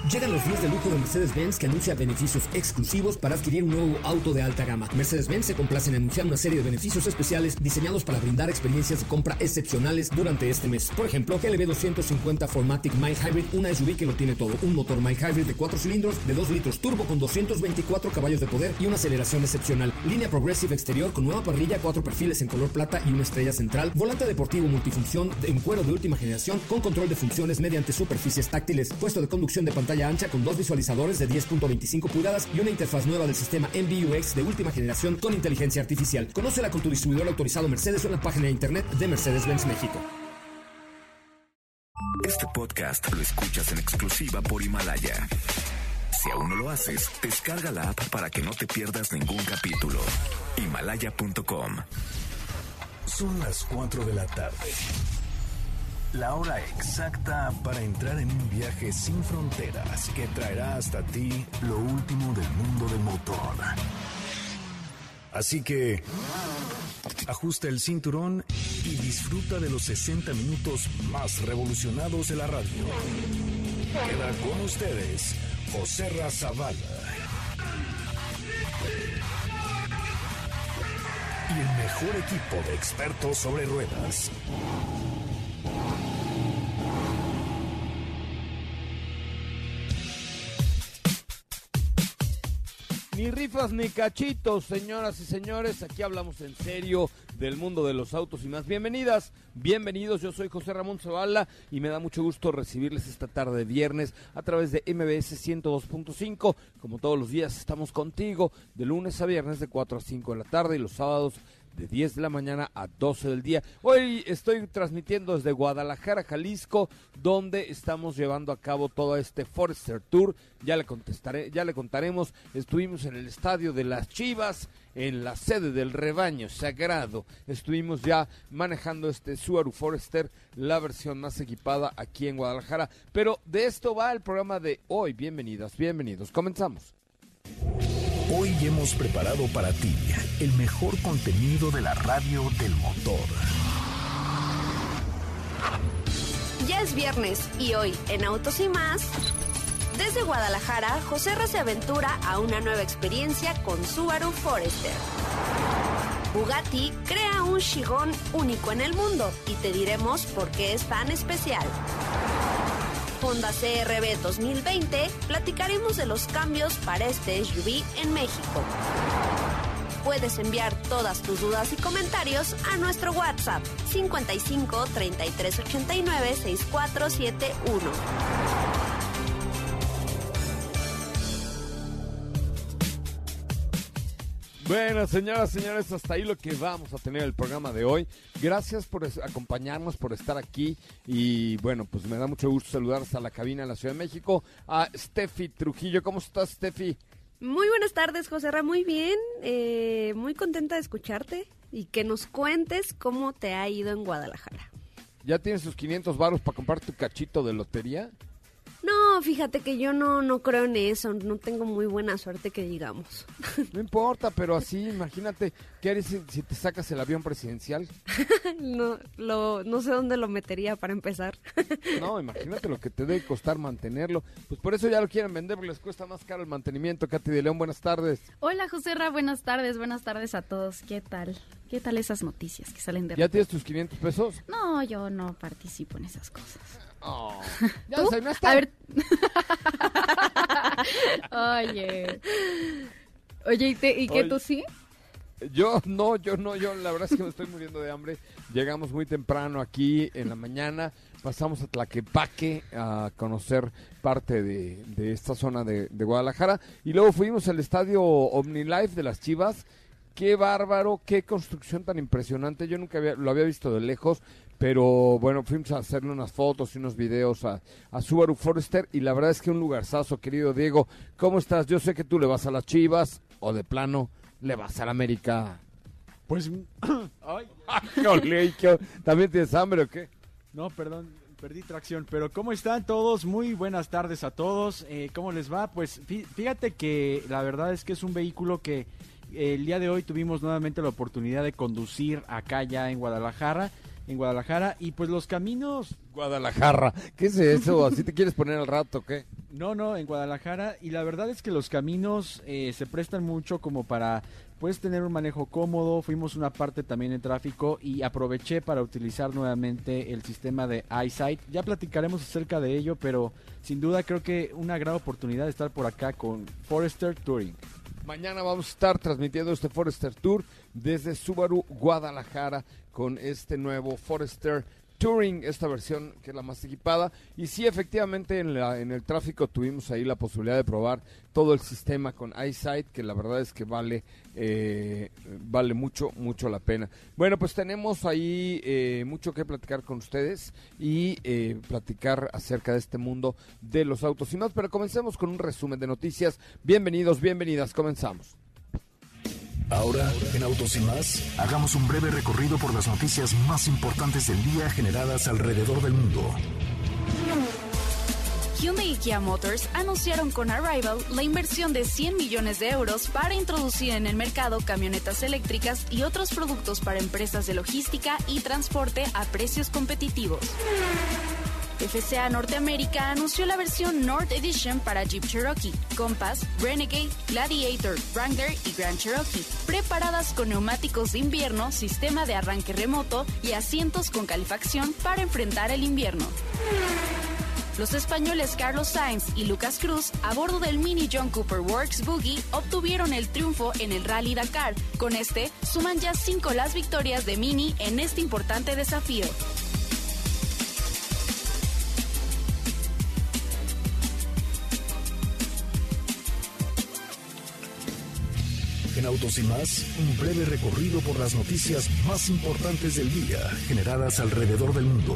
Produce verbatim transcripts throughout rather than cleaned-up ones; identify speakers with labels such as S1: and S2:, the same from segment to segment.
S1: Llegan los días de lujo de Mercedes-Benz, que anuncia beneficios exclusivos para adquirir un nuevo auto de alta gama. Mercedes-Benz se complace en anunciar una serie de beneficios especiales diseñados para brindar experiencias de compra excepcionales durante este mes. Por ejemplo, G L B doscientos cincuenta cuatro matic Mild Hybrid, una S U V que lo tiene todo. Un motor Mild Hybrid de cuatro cilindros de dos litros turbo con doscientos veinticuatro caballos de poder y una aceleración excepcional. Línea Progressive exterior con nueva parrilla, cuatro perfiles en color plata y una estrella central. Volante deportivo multifunción en cuero de última generación con control de funciones mediante superficies táctiles. Puesto de conducción de pantalla ancha con dos visualizadores de diez punto veinticinco pulgadas y una interfaz nueva del sistema M B U X de última generación con inteligencia artificial. Conócela con tu distribuidor autorizado Mercedes o en la página de internet de Mercedes-Benz México.
S2: Este podcast lo escuchas en exclusiva por Himalaya. Si aún no lo haces, descarga la app para que no te pierdas ningún capítulo. Himalaya punto com.
S3: Son las cuatro de la tarde. La hora exacta para entrar en un viaje sin fronteras que traerá hasta ti lo último del mundo del motor. Así que ajusta el cinturón y disfruta de los sesenta minutos más revolucionados de la radio. Queda con ustedes Joserra Zavala y el mejor equipo de expertos sobre ruedas.
S4: Ni rifas ni cachitos, señoras y señores, aquí hablamos en serio del mundo de los autos y más. Bienvenidas, bienvenidos, yo soy José Ramón Zavala y me da mucho gusto recibirles esta tarde de viernes a través de M B S ciento dos punto cinco. Como todos los días estamos contigo de lunes a viernes de cuatro a cinco de la tarde y los sábados de diez de la mañana a doce del día. Hoy estoy transmitiendo desde Guadalajara, Jalisco, donde estamos llevando a cabo todo este Forester Tour. Ya le contestaré, ya le contaremos. Estuvimos en el estadio de las Chivas, en la sede del rebaño sagrado. Estuvimos ya manejando este Subaru Forester, la versión más equipada aquí en Guadalajara. Pero de esto va el programa de hoy. Bienvenidas, bienvenidos. Comenzamos.
S3: Hoy hemos preparado para ti el mejor contenido de la radio del motor.
S5: Ya es viernes y hoy en Autos y Más, desde Guadalajara, Joserra se aventura a una nueva experiencia con Subaru Forester. Bugatti crea un Chiron único en el mundo y te diremos por qué es tan especial. Honda C R V dos mil veinte, platicaremos de los cambios para este S U V en México. Puedes enviar todas tus dudas y comentarios a nuestro WhatsApp cincuenta y cinco, treinta y tres, ochenta y nueve, sesenta y cuatro setenta y uno.
S4: Bueno, señoras, señores, hasta ahí lo que vamos a tener el programa de hoy. Gracias por es- acompañarnos, por estar aquí. Y bueno, pues me da mucho gusto saludar hasta la cabina de la Ciudad de México a Steffi Trujillo. ¿Cómo estás, Steffi?
S5: Muy buenas tardes, Joserra, muy bien. Eh, muy contenta de escucharte y que nos cuentes cómo te ha ido en Guadalajara.
S4: ¿Ya tienes tus quinientos varos para comprar tu cachito de lotería?
S5: No, fíjate que yo no, no creo en eso, no tengo muy buena suerte que digamos.
S4: No importa, pero así, imagínate, ¿qué harías si, si te sacas el avión presidencial?
S5: No, lo, no sé dónde lo metería para empezar.
S4: No, imagínate lo que te debe costar mantenerlo. Pues por eso ya lo quieren vender, porque les cuesta más caro el mantenimiento. Katy de León, buenas tardes.
S6: Hola, Joserra, buenas tardes, buenas tardes a todos. ¿Qué tal? ¿Qué tal esas noticias que salen de
S4: ¿Ya
S6: repente?
S4: tienes tus quinientos pesos?
S6: No, yo no participo en esas cosas.
S4: Oh, ya
S6: ¿Tú?
S4: desayunaste.
S6: A ver. Oye. Oye, ¿y, te, y qué
S4: Oye.
S6: tú sí?
S4: Yo no, yo no, yo la verdad es que me estoy muriendo de hambre. Llegamos muy temprano aquí en la mañana, pasamos a Tlaquepaque a conocer parte de, de esta zona de, de Guadalajara y luego fuimos al estadio OmniLife de las Chivas. Qué bárbaro, qué construcción tan impresionante. Yo nunca había, lo había visto de lejos, pero bueno, fuimos a hacerle unas fotos y unos videos a, a Subaru Forester y la verdad es que un lugarzazo, querido Diego. ¿Cómo estás? Yo sé que tú le vas a las Chivas o de plano le vas a la América.
S7: Pues, ay,
S4: Jole, ¿qué- ¿También tienes hambre o qué?
S7: no, perdón, perdí tracción, pero ¿cómo están todos? Muy buenas tardes a todos, eh, ¿cómo les va? Pues fí- fíjate que la verdad es que es un vehículo que eh, el día de hoy tuvimos nuevamente la oportunidad de conducir acá ya en Guadalajara, en Guadalajara, y pues los caminos,
S4: Guadalajara. ¿Qué es eso? ¿Así te quieres poner al rato o qué?
S7: No, no, en Guadalajara, y la verdad es que los caminos eh, se prestan mucho como para, puedes tener un manejo cómodo. Fuimos una parte también en tráfico y aproveché para utilizar nuevamente el sistema de EyeSight. Ya platicaremos acerca de ello, pero sin duda creo que una gran oportunidad de estar por acá con Forester Touring.
S4: Mañana vamos a estar transmitiendo este Forester Tour desde Subaru Guadalajara con este nuevo Forester Touring, esta versión que es la más equipada. Y sí, efectivamente en, la, en el tráfico tuvimos ahí la posibilidad de probar todo el sistema con EyeSight, que la verdad es que vale eh, vale mucho, mucho la pena. Bueno, pues tenemos ahí eh, mucho que platicar con ustedes y eh, platicar acerca de este mundo de los autos y más, pero comencemos con un resumen de noticias. Bienvenidos, bienvenidas, comenzamos.
S3: Ahora, en Autos y Más, hagamos un breve recorrido por las noticias más importantes del día generadas alrededor del mundo.
S6: Hyundai y Kia Motors anunciaron con Arrival la inversión de cien millones de euros para introducir en el mercado camionetas eléctricas y otros productos para empresas de logística y transporte a precios competitivos. F C A Norteamérica anunció la versión North Edition para Jeep Cherokee, Compass, Renegade, Gladiator, Wrangler y Grand Cherokee, preparadas con neumáticos de invierno, sistema de arranque remoto y asientos con calefacción para enfrentar el invierno. Los españoles Carlos Sainz y Lucas Cruz, a bordo del Mini John Cooper Works Buggy, obtuvieron el triunfo en el Rally Dakar. Con este, suman ya cinco las victorias de Mini en este importante desafío.
S3: En Autos y Más, un breve recorrido por las noticias más importantes del día generadas alrededor del mundo.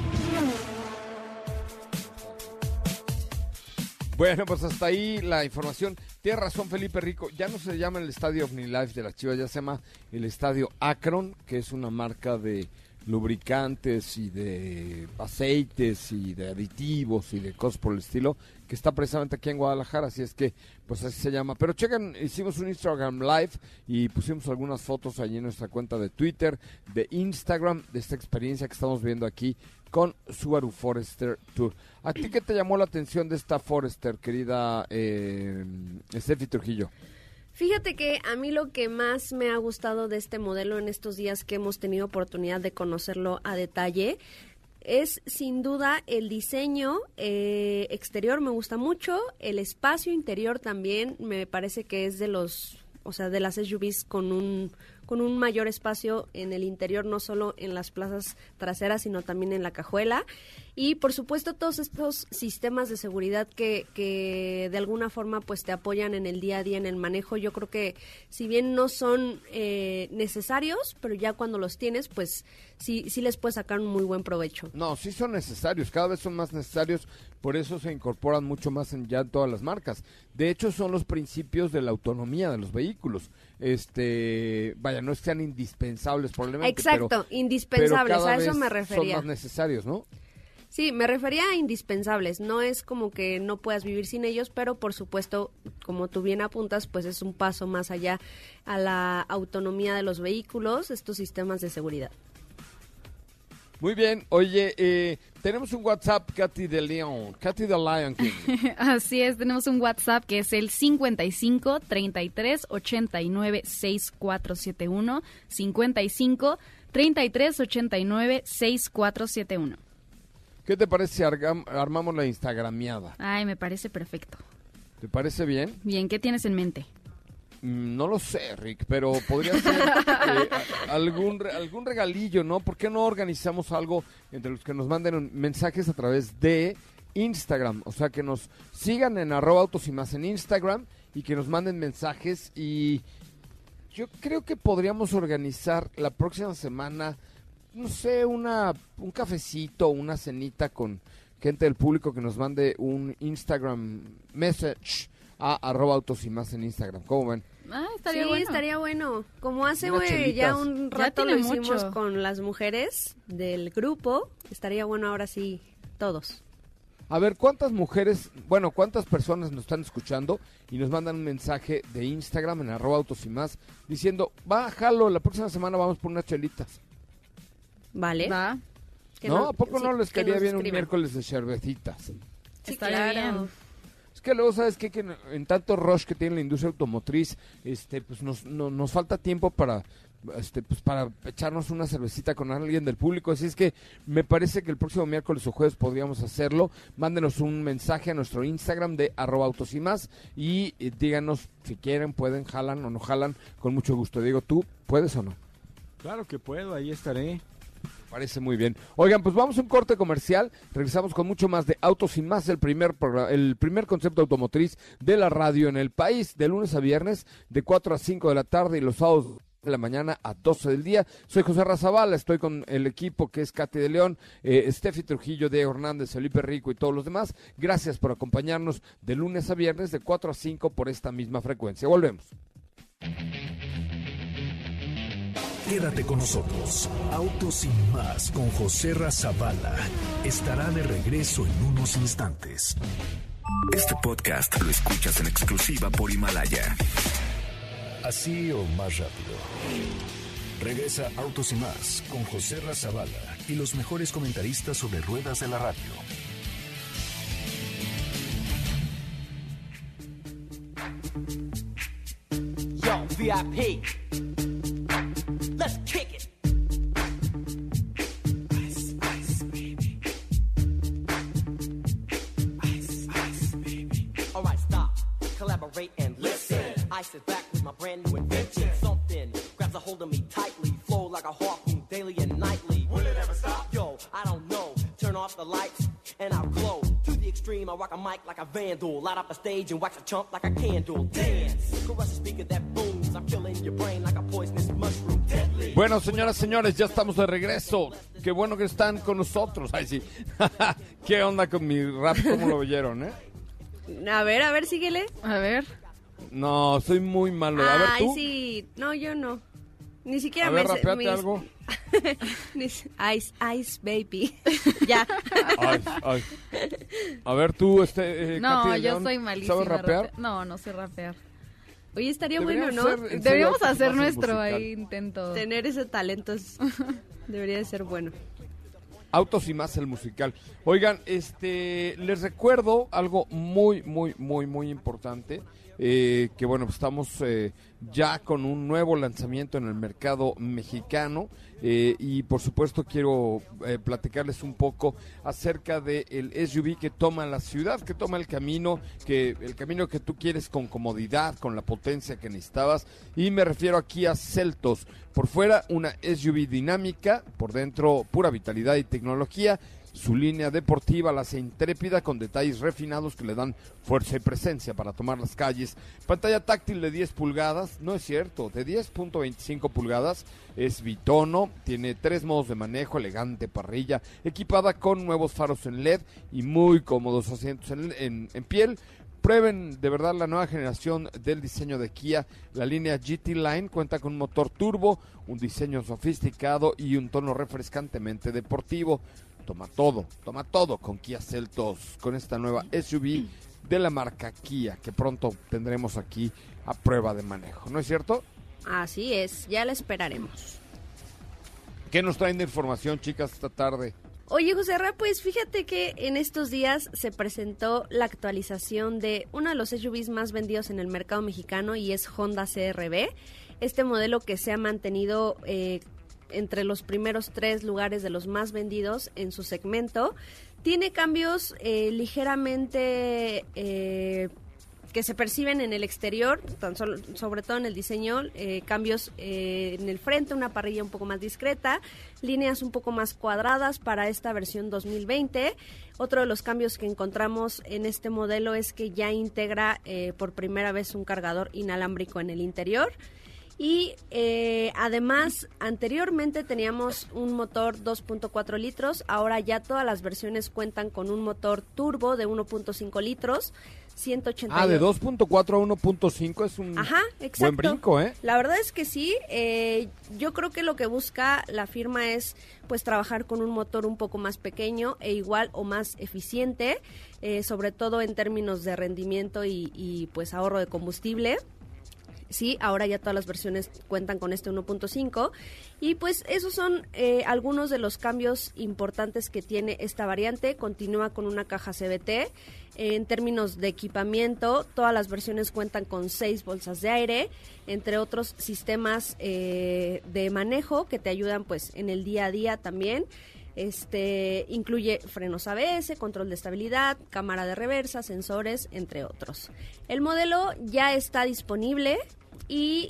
S4: Bueno, pues hasta ahí la información. Tiene razón Felipe Rico, ya no se llama el estadio OmniLife de las Chivas, ya se llama el estadio Akron, que es una marca de lubricantes y de aceites y de aditivos y de cosas por el estilo, que está precisamente aquí en Guadalajara, así es que pues así se llama. Pero chequen, hicimos un Instagram Live y pusimos algunas fotos allí en nuestra cuenta de Twitter, de Instagram, de esta experiencia que estamos viendo aquí con Subaru Forester Tour. ¿A ti qué te llamó la atención de esta Forester, querida eh, Steffi Trujillo?
S5: Fíjate que a mí lo que más me ha gustado de este modelo en estos días que hemos tenido oportunidad de conocerlo a detalle es sin duda el diseño eh, exterior, me gusta mucho, el espacio interior también me parece que es de los, o sea, de las S U Vs con un con un mayor espacio en el interior, no solo en las plazas traseras, sino también en la cajuela. Y, por supuesto, todos estos sistemas de seguridad que, que de alguna forma pues te apoyan en el día a día, en el manejo. Yo creo que si bien no son eh, necesarios, pero ya cuando los tienes, pues sí, sí les puedes sacar un muy buen provecho.
S4: No, sí son necesarios, cada vez son más necesarios, por eso se incorporan mucho más en ya todas las marcas. De hecho, son los principios de la autonomía de los vehículos. Este, vaya, no es que sean indispensables probablemente.
S5: Exacto,
S4: pero,
S5: indispensables,
S4: pero
S5: a eso me refería.
S4: Son más necesarios, ¿no?
S5: Sí, me refería a indispensables, no es como que no puedas vivir sin ellos, pero por supuesto, como tú bien apuntas, pues es un paso más allá a la autonomía de los vehículos, estos sistemas de seguridad.
S4: Muy bien, oye, eh, tenemos un WhatsApp, Katy de León, Katy de Lion King.
S6: Así es, tenemos un WhatsApp que es el cincuenta y cinco, treinta y tres, ochenta y nueve, sesenta y cuatro setenta y uno, cincuenta y cinco, treinta y tres, ochenta y nueve, sesenta y cuatro setenta y uno.
S4: ¿Qué te parece si argam- armamos la instagramiada?
S6: Ay, me parece perfecto.
S4: ¿Te parece bien?
S6: Bien, ¿qué tienes en mente?
S4: Mm, no lo sé, Rick, pero podría ser eh, a- algún, re- algún regalillo, ¿no? ¿Por qué no organizamos algo entre los que nos manden un- mensajes a través de Instagram? O sea, que nos sigan en arroba autos y más en Instagram y que nos manden mensajes. Y yo creo que podríamos organizar la próxima semana, no sé, una un cafecito, una cenita con gente del público que nos mande un Instagram message a arroba autos y más en Instagram. ¿Cómo ven?
S6: Ah, estaría
S5: sí,
S6: bueno.
S5: estaría bueno. Como hace
S4: Unas
S5: güey,
S4: chelitas.
S5: ya un
S6: Ya
S5: rato
S6: tiene
S5: lo hicimos
S6: mucho.
S5: con las mujeres del grupo, estaría bueno ahora sí todos.
S4: A ver, ¿cuántas mujeres, bueno, cuántas personas nos están escuchando y nos mandan un mensaje de Instagram en arroba autos y más diciendo, va, jalo, la próxima semana vamos por unas chelitas?
S5: ¿Vale?
S6: Va,
S5: Que
S4: ¿No?
S5: no-
S4: ¿A poco
S5: sí,
S4: no les
S5: que
S4: quería
S5: nos
S4: bien un
S5: escriban.
S4: miércoles de cervecitas?
S5: Sí,
S6: estaría
S5: claro.
S6: bien.
S4: que luego, ¿sabes qué? Que en, en tanto rush que tiene la industria automotriz, este, pues nos, no, nos falta tiempo para... Este, pues para echarnos una cervecita con alguien del público, así es que me parece que el próximo miércoles o jueves podríamos hacerlo. Mándenos un mensaje a nuestro Instagram de arroba autos y más y eh, díganos si quieren, pueden, jalan o no jalan, con mucho gusto. Diego, ¿tú puedes o no?
S7: Claro que puedo, ahí estaré.
S4: Parece muy bien. Oigan, pues vamos a un corte comercial, regresamos con mucho más de Autos y Más, el primer programa, el primer concepto automotriz de la radio en el país, de lunes a viernes, de cuatro a cinco de la tarde y los sábados de la mañana a doce del día. Soy José Razabala, estoy con el equipo que es Katy de León, eh, Steffi Trujillo, Diego Hernández, Felipe Rico y todos los demás. Gracias por acompañarnos de lunes a viernes de cuatro a cinco por esta misma frecuencia. Volvemos.
S3: Quédate con nosotros. Autos y Más con José Razabala estará de regreso en unos instantes.
S2: Este podcast lo escuchas en exclusiva por Himalaya.
S3: Así o más rápido. Regresa Autos y Más con José Razabala y los mejores comentaristas sobre ruedas de la radio.
S8: Yo, V I P. Let's kick it. Ice, ice, baby. Ice, ice, baby. All right, stop. Collaborate and listen. Ice is back with my brand new invention. Something grabs a hold of me tightly. Flow like a harpoon daily and nightly. Will it ever stop? Yo, I don't know. Turn off the lights and I'll glow. To the extreme, I rock a mic like a vandal. Light up a stage and wax a chump like a candle. Dance. Caress a speaker that booms. I'm killing your brain like a poisonous mushroom. Deadly.
S4: Bueno, señoras, señores, ya estamos de regreso. Qué bueno que están con nosotros. Ay, sí. ¿Qué onda con mi rap? ¿Cómo lo oyeron, eh?
S5: A ver, a ver, síguele.
S6: A ver.
S4: No, soy muy malo. A ver,
S5: Ay,
S4: tú.
S5: sí. No, yo no. Ni siquiera
S4: A ver,
S5: me sé-
S4: rapeate
S5: mis-
S4: algo.
S5: mis- Ice, ice, baby. Ya.
S4: Ay, ay. A ver, tú, este. eh,
S6: No,
S4: Katy de
S6: yo
S4: León,
S6: soy malísima.
S4: ¿sabes rapear?
S6: rape- No, no sé rapear.
S5: Oye, estaría
S4: Deberíamos
S5: bueno, ¿no?
S4: ser- en serio,
S6: Deberíamos
S4: Autos y
S6: hacer
S4: Más es
S6: nuestro
S4: musical.
S6: ahí intento.
S5: Tener ese talento es- debería de ser bueno.
S4: Autos y Más, el musical. Oigan, este, les recuerdo algo muy, muy, muy, muy importante. Eh, que bueno, pues estamos eh, ya con un nuevo lanzamiento en el mercado mexicano. Eh, y por supuesto quiero eh, platicarles un poco acerca del S U V que toma la ciudad, que toma el camino, que el camino que tú quieres con comodidad, con la potencia que necesitabas. Y me refiero aquí a Seltos. Por fuera una S U V dinámica, por dentro pura vitalidad y tecnología. Su línea deportiva la hace intrépida con detalles refinados que le dan fuerza y presencia para tomar las calles. Pantalla táctil de diez pulgadas, no es cierto, de diez punto veinticinco pulgadas, es bitono, tiene tres modos de manejo, elegante parrilla, equipada con nuevos faros en L E D y muy cómodos asientos en, en, en piel. Prueben de verdad la nueva generación del diseño de Kia. La línea G T Line cuenta con un motor turbo, un diseño sofisticado y un tono refrescantemente deportivo. Toma todo, toma todo con Kia Seltos, con esta nueva S U V de la marca Kia, que pronto tendremos aquí a prueba de manejo, ¿no es cierto?
S5: Así es, ya la esperaremos.
S4: ¿Qué nos traen de información, chicas, esta tarde?
S5: Oye, José Ra, pues fíjate que en estos días se presentó la actualización de uno de los S U Vs más vendidos en el mercado mexicano y es Honda C R V. Este modelo que se ha mantenido eh, entre los primeros tres lugares de los más vendidos en su segmento. Tiene cambios eh, ligeramente eh, que se perciben en el exterior, tan solo, sobre todo en el diseño, eh, cambios eh, en el frente, una parrilla un poco más discreta, líneas un poco más cuadradas para esta versión dos mil veinte. Otro de los cambios que encontramos en este modelo es que ya integra eh, por primera vez un cargador inalámbrico en el interior. Y eh, además, anteriormente teníamos un motor dos punto cuatro litros, ahora ya todas las versiones cuentan con un motor turbo de uno punto cinco litros, ciento ochenta y ocho.
S4: Ah, de dos punto cuatro a uno punto cinco es un
S5: Ajá, exacto.
S4: buen brinco, ¿eh?
S5: La verdad es que sí, eh, yo creo que lo que busca la firma es pues trabajar con un motor un poco más pequeño e igual o más eficiente, eh, sobre todo en términos de rendimiento y, y pues ahorro de combustible. Sí, ahora ya todas las versiones cuentan con este uno punto cinco y pues esos son eh, algunos de los cambios importantes que tiene esta variante. Continúa con una caja C V T. En términos de equipamiento, todas las versiones cuentan con seis bolsas de aire, entre otros sistemas eh, de manejo que te ayudan pues en el día a día también. Este incluye frenos A B S, control de estabilidad, cámara de reversa, sensores, entre otros. El modelo ya está disponible y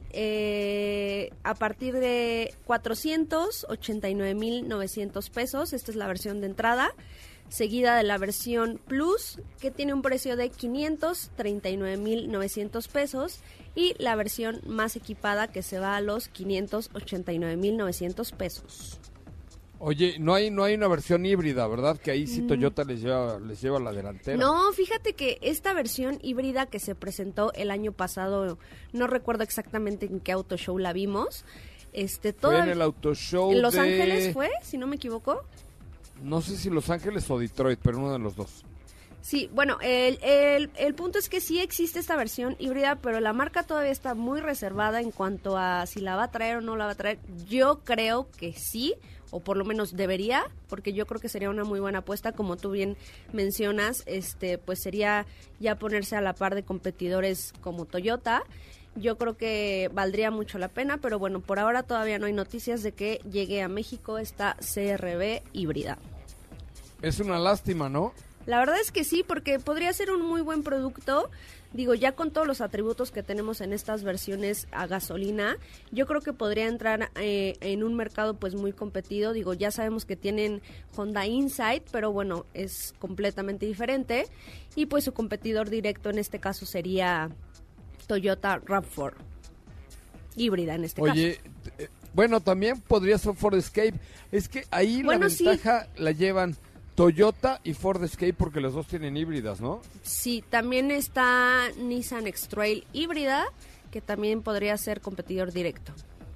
S5: eh, a partir de cuatrocientos ochenta y nueve mil novecientos pesos, esta es la versión de entrada, seguida de la versión Plus, que tiene un precio de quinientos treinta y nueve mil novecientos pesos, y la versión más equipada, que se va a los quinientos ochenta y nueve mil novecientos pesos.
S4: Oye, no hay no hay una versión híbrida, ¿verdad? Que ahí sí Toyota les lleva les lleva la delantera.
S5: No, fíjate que esta versión híbrida que se presentó el año pasado, no recuerdo exactamente en qué auto show la vimos. Este,
S4: fue en el auto show
S5: ¿En Los
S4: de...
S5: Ángeles fue, si no me equivoco?
S4: No sé si Los Ángeles o Detroit, pero uno de los dos.
S5: Sí, bueno, el, el, el punto es que sí existe esta versión híbrida, pero la marca todavía está muy reservada en cuanto a si la va a traer o no la va a traer. Yo creo que sí, o por lo menos debería, porque yo creo que sería una muy buena apuesta, como tú bien mencionas, este, pues sería ya ponerse a la par de competidores como Toyota. Yo creo que valdría mucho la pena, pero bueno, por ahora todavía no hay noticias de que llegue a México esta C R V híbrida.
S4: Es una lástima, ¿no?
S5: La verdad es que sí, porque podría ser un muy buen producto. Digo, ya con todos los atributos que tenemos en estas versiones a gasolina, yo creo que podría entrar eh, en un mercado pues muy competido. Digo, ya sabemos que tienen Honda Insight, pero bueno, es completamente diferente. Y pues su competidor directo en este caso sería Toyota RAV cuatro, híbrida en este
S4: Oye,
S5: caso.
S4: Oye, eh, bueno, también podría ser Ford Escape. Es que ahí
S5: bueno,
S4: la ventaja
S5: sí.
S4: la llevan Toyota y Ford Escape porque los dos tienen híbridas, ¿no?
S5: Sí, también está Nissan X-Trail híbrida, que también podría ser competidor directo.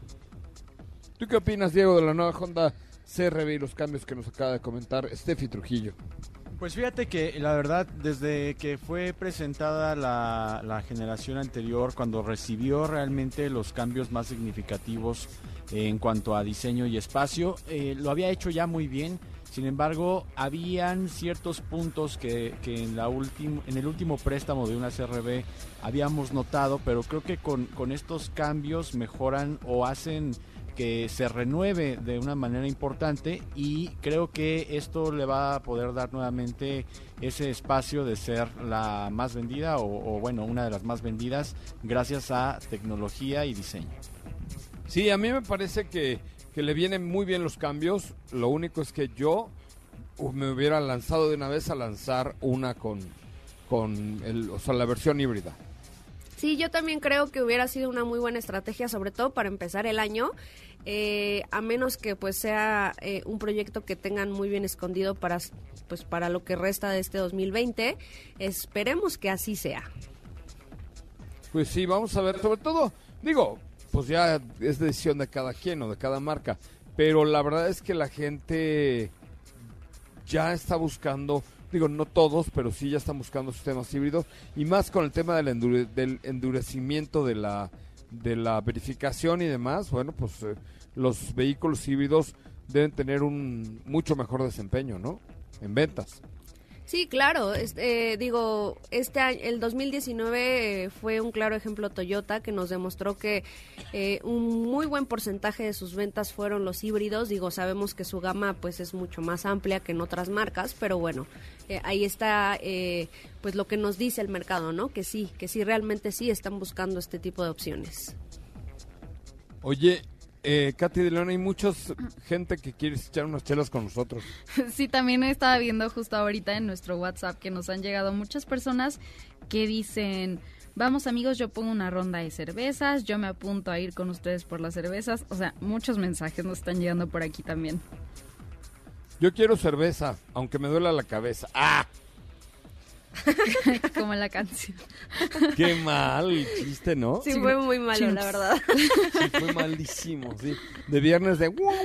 S4: ¿Tú qué opinas, Diego, de la nueva Honda C R V y los cambios que nos acaba de comentar Steffi Trujillo?
S7: Pues fíjate que la verdad, desde que fue presentada la, la generación anterior, cuando recibió realmente los cambios más significativos en cuanto a diseño y espacio, eh, lo había hecho ya muy bien. Sin embargo, habían ciertos puntos que, que en, la ultim, en el último préstamo de una C R V habíamos notado, pero creo que con, con estos cambios mejoran o hacen que se renueve de una manera importante, y creo que esto le va a poder dar nuevamente ese espacio de ser la más vendida o, o bueno, una de las más vendidas gracias a tecnología y diseño.
S4: Sí, a mí me parece que que le vienen muy bien los cambios. Lo único es que yo me hubiera lanzado de una vez a lanzar una con, con el, o sea, la versión híbrida.
S5: Sí, yo también creo que hubiera sido una muy buena estrategia, sobre todo para empezar el año, eh, a menos que pues sea eh, un proyecto que tengan muy bien escondido para, pues, para lo que resta de este dos mil veinte. Esperemos que así sea.
S4: Pues sí, vamos a ver, sobre todo, digo, pues ya es decisión de cada quien o de cada marca, pero la verdad es que la gente ya está buscando, digo, no todos, pero sí ya están buscando sistemas híbridos, y más con el tema del, endure, del endurecimiento de la, de la verificación y demás. Bueno, pues eh, los vehículos híbridos deben tener un mucho mejor desempeño, ¿no? En ventas.
S5: Sí, claro, este, eh, digo, este año, el dos mil diecinueve eh, fue un claro ejemplo Toyota, que nos demostró que eh, un muy buen porcentaje de sus ventas fueron los híbridos. Digo, sabemos que su gama pues es mucho más amplia que en otras marcas, pero bueno, eh, ahí está eh, pues lo que nos dice el mercado, ¿no? Que sí, que sí, realmente sí están buscando este tipo de opciones.
S4: Oye, Eh, Katy de León, hay mucha gente que quiere echar unas chelas con nosotros.
S6: Sí, también estaba viendo justo ahorita en nuestro WhatsApp que nos han llegado muchas personas que dicen: vamos amigos, yo pongo una ronda de cervezas, yo me apunto a ir con ustedes por las cervezas. O sea, muchos mensajes nos están llegando por aquí también.
S4: Yo quiero cerveza, aunque me duela la cabeza. ¡Ah!
S6: Como la canción.
S4: Qué mal chiste, ¿no?
S5: Sí, fue muy malo, la verdad.
S4: Sí, fue malísimo, sí. De viernes de...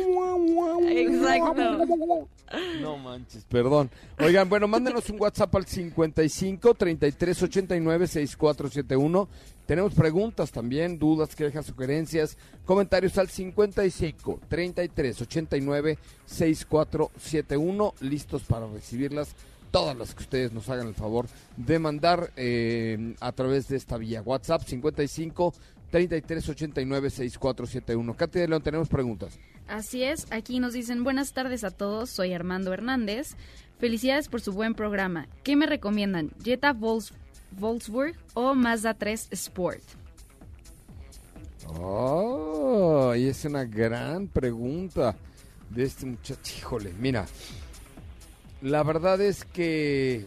S5: Exacto.
S4: No manches, perdón. Oigan, bueno, mándenos un WhatsApp al cincuenta y cinco, treinta y tres, ochenta y nueve, sesenta y cuatro setenta y uno. Tenemos preguntas también, dudas, quejas, sugerencias, comentarios al cincuenta y cinco, treinta y tres, ochenta y nueve, sesenta y cuatro setenta y uno. Listos para recibirlas, todas las que ustedes nos hagan el favor de mandar eh, a través de esta vía. WhatsApp cincuenta y cinco, treinta y tres, ochenta y nueve, sesenta y cuatro setenta y uno. Katy de León, tenemos preguntas.
S6: Así es, aquí nos dicen buenas tardes a todos, soy Armando Hernández. Felicidades por su buen programa. ¿Qué me recomiendan? ¿Jetta Volks, Volkswagen o Mazda tres Sport?
S4: Oh, y es una gran pregunta de este muchacho. Híjole, mira, la verdad es que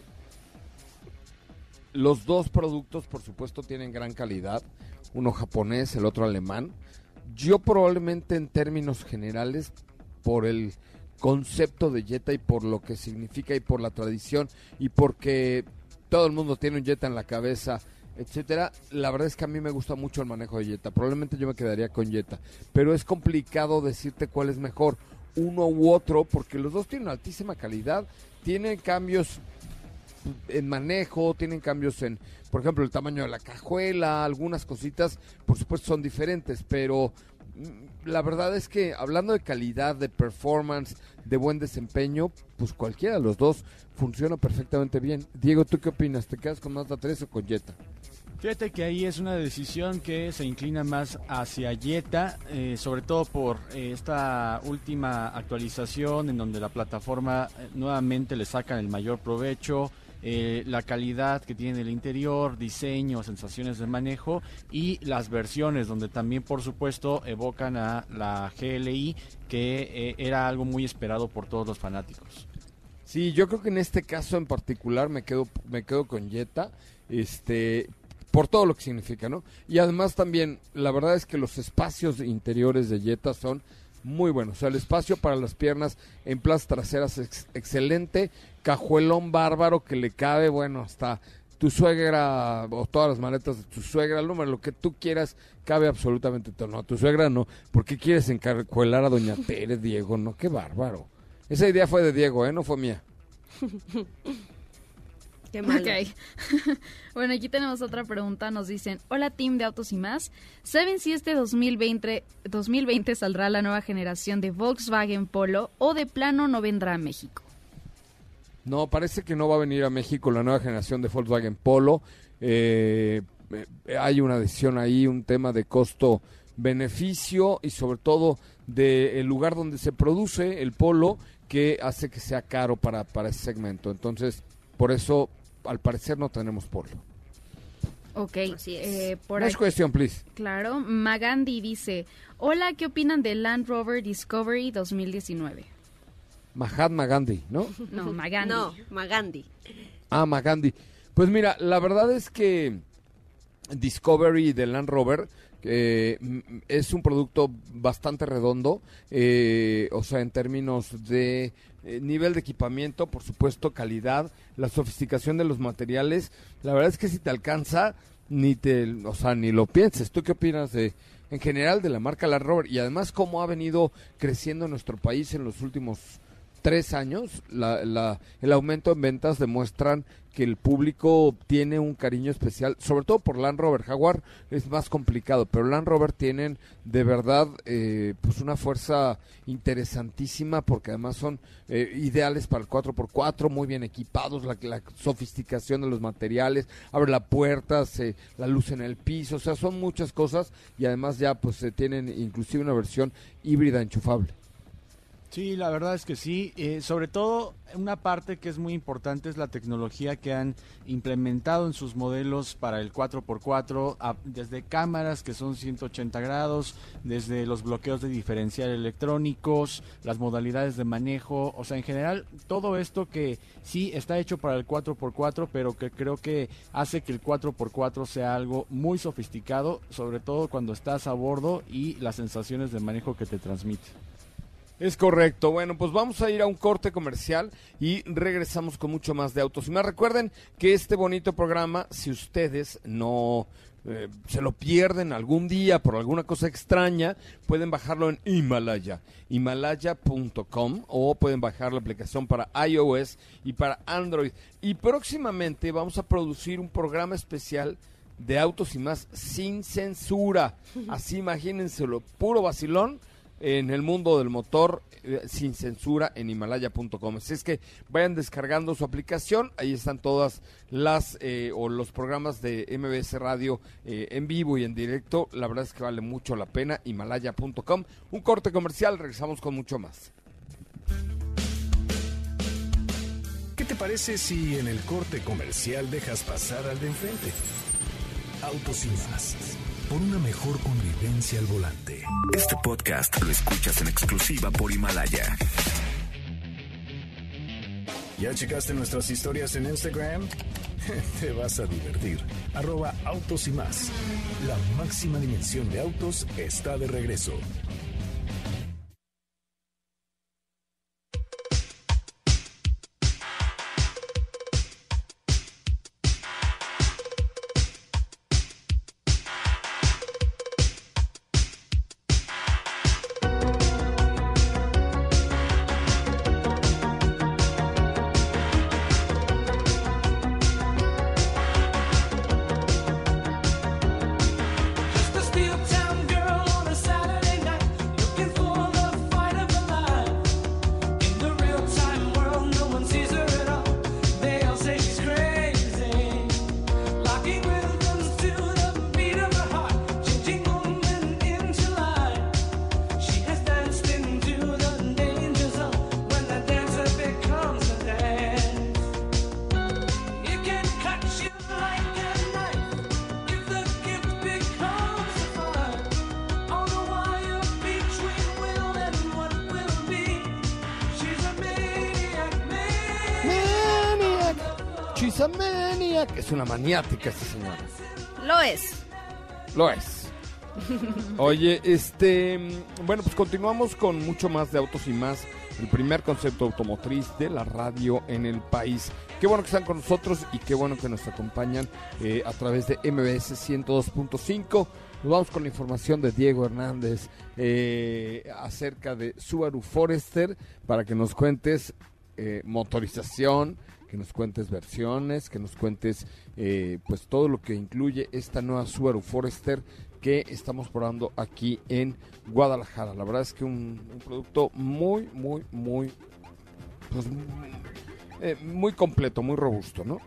S4: los dos productos, por supuesto, tienen gran calidad. Uno japonés, el otro alemán. Yo probablemente en términos generales, por el concepto de Jetta y por lo que significa y por la tradición y porque todo el mundo tiene un Jetta en la cabeza, etcétera, la verdad es que a mí me gusta mucho el manejo de Jetta. Probablemente yo me quedaría con Jetta, pero es complicado decirte cuál es mejor, uno u otro, porque los dos tienen altísima calidad, tienen cambios en manejo, tienen cambios en, por ejemplo, el tamaño de la cajuela, algunas cositas, por supuesto son diferentes, pero la verdad es que hablando de calidad, de performance, de buen desempeño, pues cualquiera de los dos funciona perfectamente bien. Diego, ¿tú qué opinas? ¿Te quedas con Mazda tres o con Jetta?
S7: Fíjate que ahí es una decisión que se inclina más hacia Jetta, eh, sobre todo por eh, esta última actualización en donde la plataforma eh, nuevamente le sacan el mayor provecho. Eh, la calidad que tiene el interior, diseño, sensaciones de manejo y las versiones donde también por supuesto evocan a la G L I que eh, era algo muy esperado por todos los fanáticos.
S4: Sí, yo creo que en este caso en particular me quedo me quedo con Jetta, este por todo lo que significa, ¿no? Y además también la verdad es que los espacios interiores de Jetta son muy buenos, o sea, el espacio para las piernas en plazas traseras es excelente, cajuelón bárbaro que le cabe, bueno, hasta tu suegra o todas las maletas de tu suegra, el número, lo que tú quieras, cabe absolutamente todo. No, tu suegra no, ¿por qué quieres encarcuelar a doña Tere, Diego? No, qué bárbaro. Esa idea fue de Diego, ¿eh? No fue mía.
S5: Qué malo.
S6: Ok. Bueno, aquí tenemos otra pregunta. Nos dicen, hola team de Autos y Más. ¿Saben si este dos mil veinte, dos mil veinte saldrá la nueva generación de Volkswagen Polo o de plano no vendrá a México?
S4: No, parece que no va a venir a México la nueva generación de Volkswagen Polo. Eh, eh, hay una decisión ahí, un tema de costo-beneficio y sobre todo del lugar donde se produce el Polo que hace que sea caro para, para ese segmento. Entonces, por eso, al parecer, no tenemos Polo.
S6: Ok.
S5: Así es.
S6: Eh, por
S4: Next
S6: aquí-
S4: question, please.
S6: Claro, Magandi dice, hola, ¿qué opinan del Land Rover Discovery dos mil diecinueve?
S4: Mahatma Gandhi, ¿no?
S6: No, Magandi.
S5: No, Magandi.
S4: Ah, Magandhi. Pues mira, la verdad es que Discovery de Land Rover eh, m- es un producto bastante redondo, eh, o sea, en términos de eh, nivel de equipamiento, por supuesto, calidad, la sofisticación de los materiales. La verdad es que si te alcanza, ni te, o sea, ni lo pienses. ¿Tú qué opinas de, en general, de la marca Land Rover? Y además, cómo ha venido creciendo en nuestro país en los últimos tres años, la, la, el aumento en ventas demuestran que el público tiene un cariño especial, sobre todo por Land Rover. Jaguar es más complicado, pero Land Rover tienen de verdad eh, pues una fuerza interesantísima porque además son eh, ideales para el cuatro por cuatro, muy bien equipados, la, la sofisticación de los materiales, abre la puerta, se, la luz en el piso, o sea, son muchas cosas y además ya pues se tienen inclusive una versión híbrida enchufable.
S7: Sí, la verdad es que sí. Eh, sobre todo, una parte que es muy importante es la tecnología que han implementado en sus modelos para el cuatro por cuatro, a- desde cámaras que son ciento ochenta grados, desde los bloqueos de diferencial electrónicos, las modalidades de manejo, o sea, en general, todo esto que sí está hecho para el cuatro por cuatro, pero que creo que hace que el cuatro por cuatro sea algo muy sofisticado, sobre todo cuando estás a bordo y las sensaciones de manejo que te transmite.
S4: Es correcto. Bueno, pues vamos a ir a un corte comercial y regresamos con mucho más de Autos y Más. Recuerden que este bonito programa, si ustedes no eh, se lo pierden algún día por alguna cosa extraña, pueden bajarlo en Himalaya, himalaya punto com, o pueden bajar la aplicación para iOS y para Android. Y próximamente vamos a producir un programa especial de Autos y Más sin censura. Así imagínenselo, puro vacilón en el mundo del motor, eh, sin censura, en himalaya punto com. Así es que vayan descargando su aplicación, ahí están todas las eh, o los programas de M B S Radio eh, en vivo y en directo. La verdad es que vale mucho la pena. himalaya punto com. Un corte comercial, regresamos con mucho más.
S3: ¿Qué te parece si en el corte comercial dejas pasar al de enfrente? Autos y Más, por una mejor convivencia al volante.
S2: Este podcast lo escuchas en exclusiva por Himalaya.
S3: ¿Ya checaste nuestras historias en Instagram? Te vas a divertir. Arroba Autos y Más. La máxima dimensión de autos está de regreso.
S4: Maniac, es una maniática esta señora.
S5: Lo es.
S4: Lo es. Oye, este, bueno, pues continuamos con mucho más de Autos y Más, el primer concepto automotriz de la radio en el país. Qué bueno que están con nosotros y qué bueno que nos acompañan eh, a través de M B S ciento dos punto cinco. Nos vamos con la información de Diego Hernández eh, acerca de Subaru Forester, para que nos cuentes eh, motorización, que nos cuentes versiones, que nos cuentes eh, pues todo lo que incluye esta nueva Subaru Forester que estamos probando aquí en Guadalajara. La verdad es que un, un producto muy, muy, muy, pues, eh, muy completo, muy robusto, ¿no?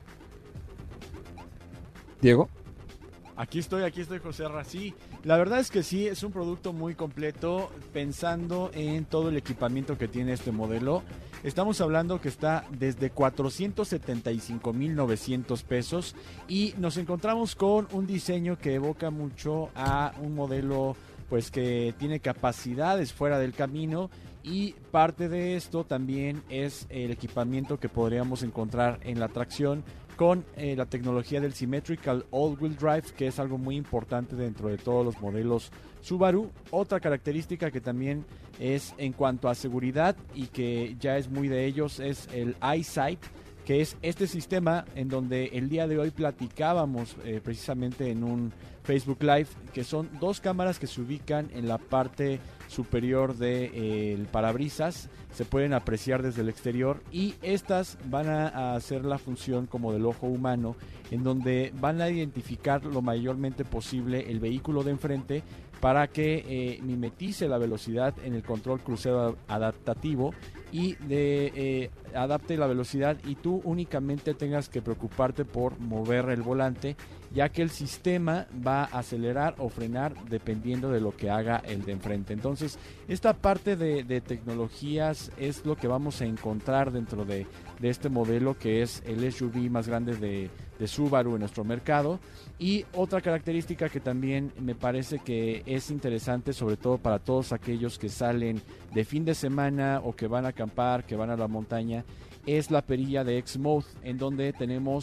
S4: Diego.
S7: Aquí estoy, aquí estoy, José Ra. Sí, la verdad es que sí, es un producto muy completo, pensando en todo el equipamiento que tiene este modelo. Estamos hablando que está desde cuatrocientos setenta y cinco mil novecientos pesos y nos encontramos con un diseño que evoca mucho a un modelo pues que tiene capacidades fuera del camino, y parte de esto también es el equipamiento que podríamos encontrar en la tracción con eh, la tecnología del Symmetrical All-Wheel Drive, que es algo muy importante dentro de todos los modelos Subaru. Otra característica que también es en cuanto a seguridad y que ya es muy de ellos es el EyeSight, que es este sistema en donde el día de hoy platicábamos eh, precisamente en un Facebook Live, que son dos cámaras que se ubican en la parte superior del de, eh, parabrisas, se pueden apreciar desde el exterior, y estas van a, a hacer la función como del ojo humano, en donde van a identificar lo mayormente posible el vehículo de enfrente para que eh, mimetice la velocidad en el control crucero adaptativo y de, eh, adapte la velocidad, y tú únicamente tengas que preocuparte por mover el volante, ya que el sistema va a acelerar o frenar dependiendo de lo que haga el de enfrente. Entonces, esta parte de, de tecnologías es lo que vamos a encontrar dentro de, de este modelo, que es el S U V más grande de, de Subaru en nuestro mercado. Y otra característica que también me parece que es interesante, sobre todo para todos aquellos que salen de fin de semana o que van a acampar, que van a la montaña, es la perilla de X-Mode, en donde tenemos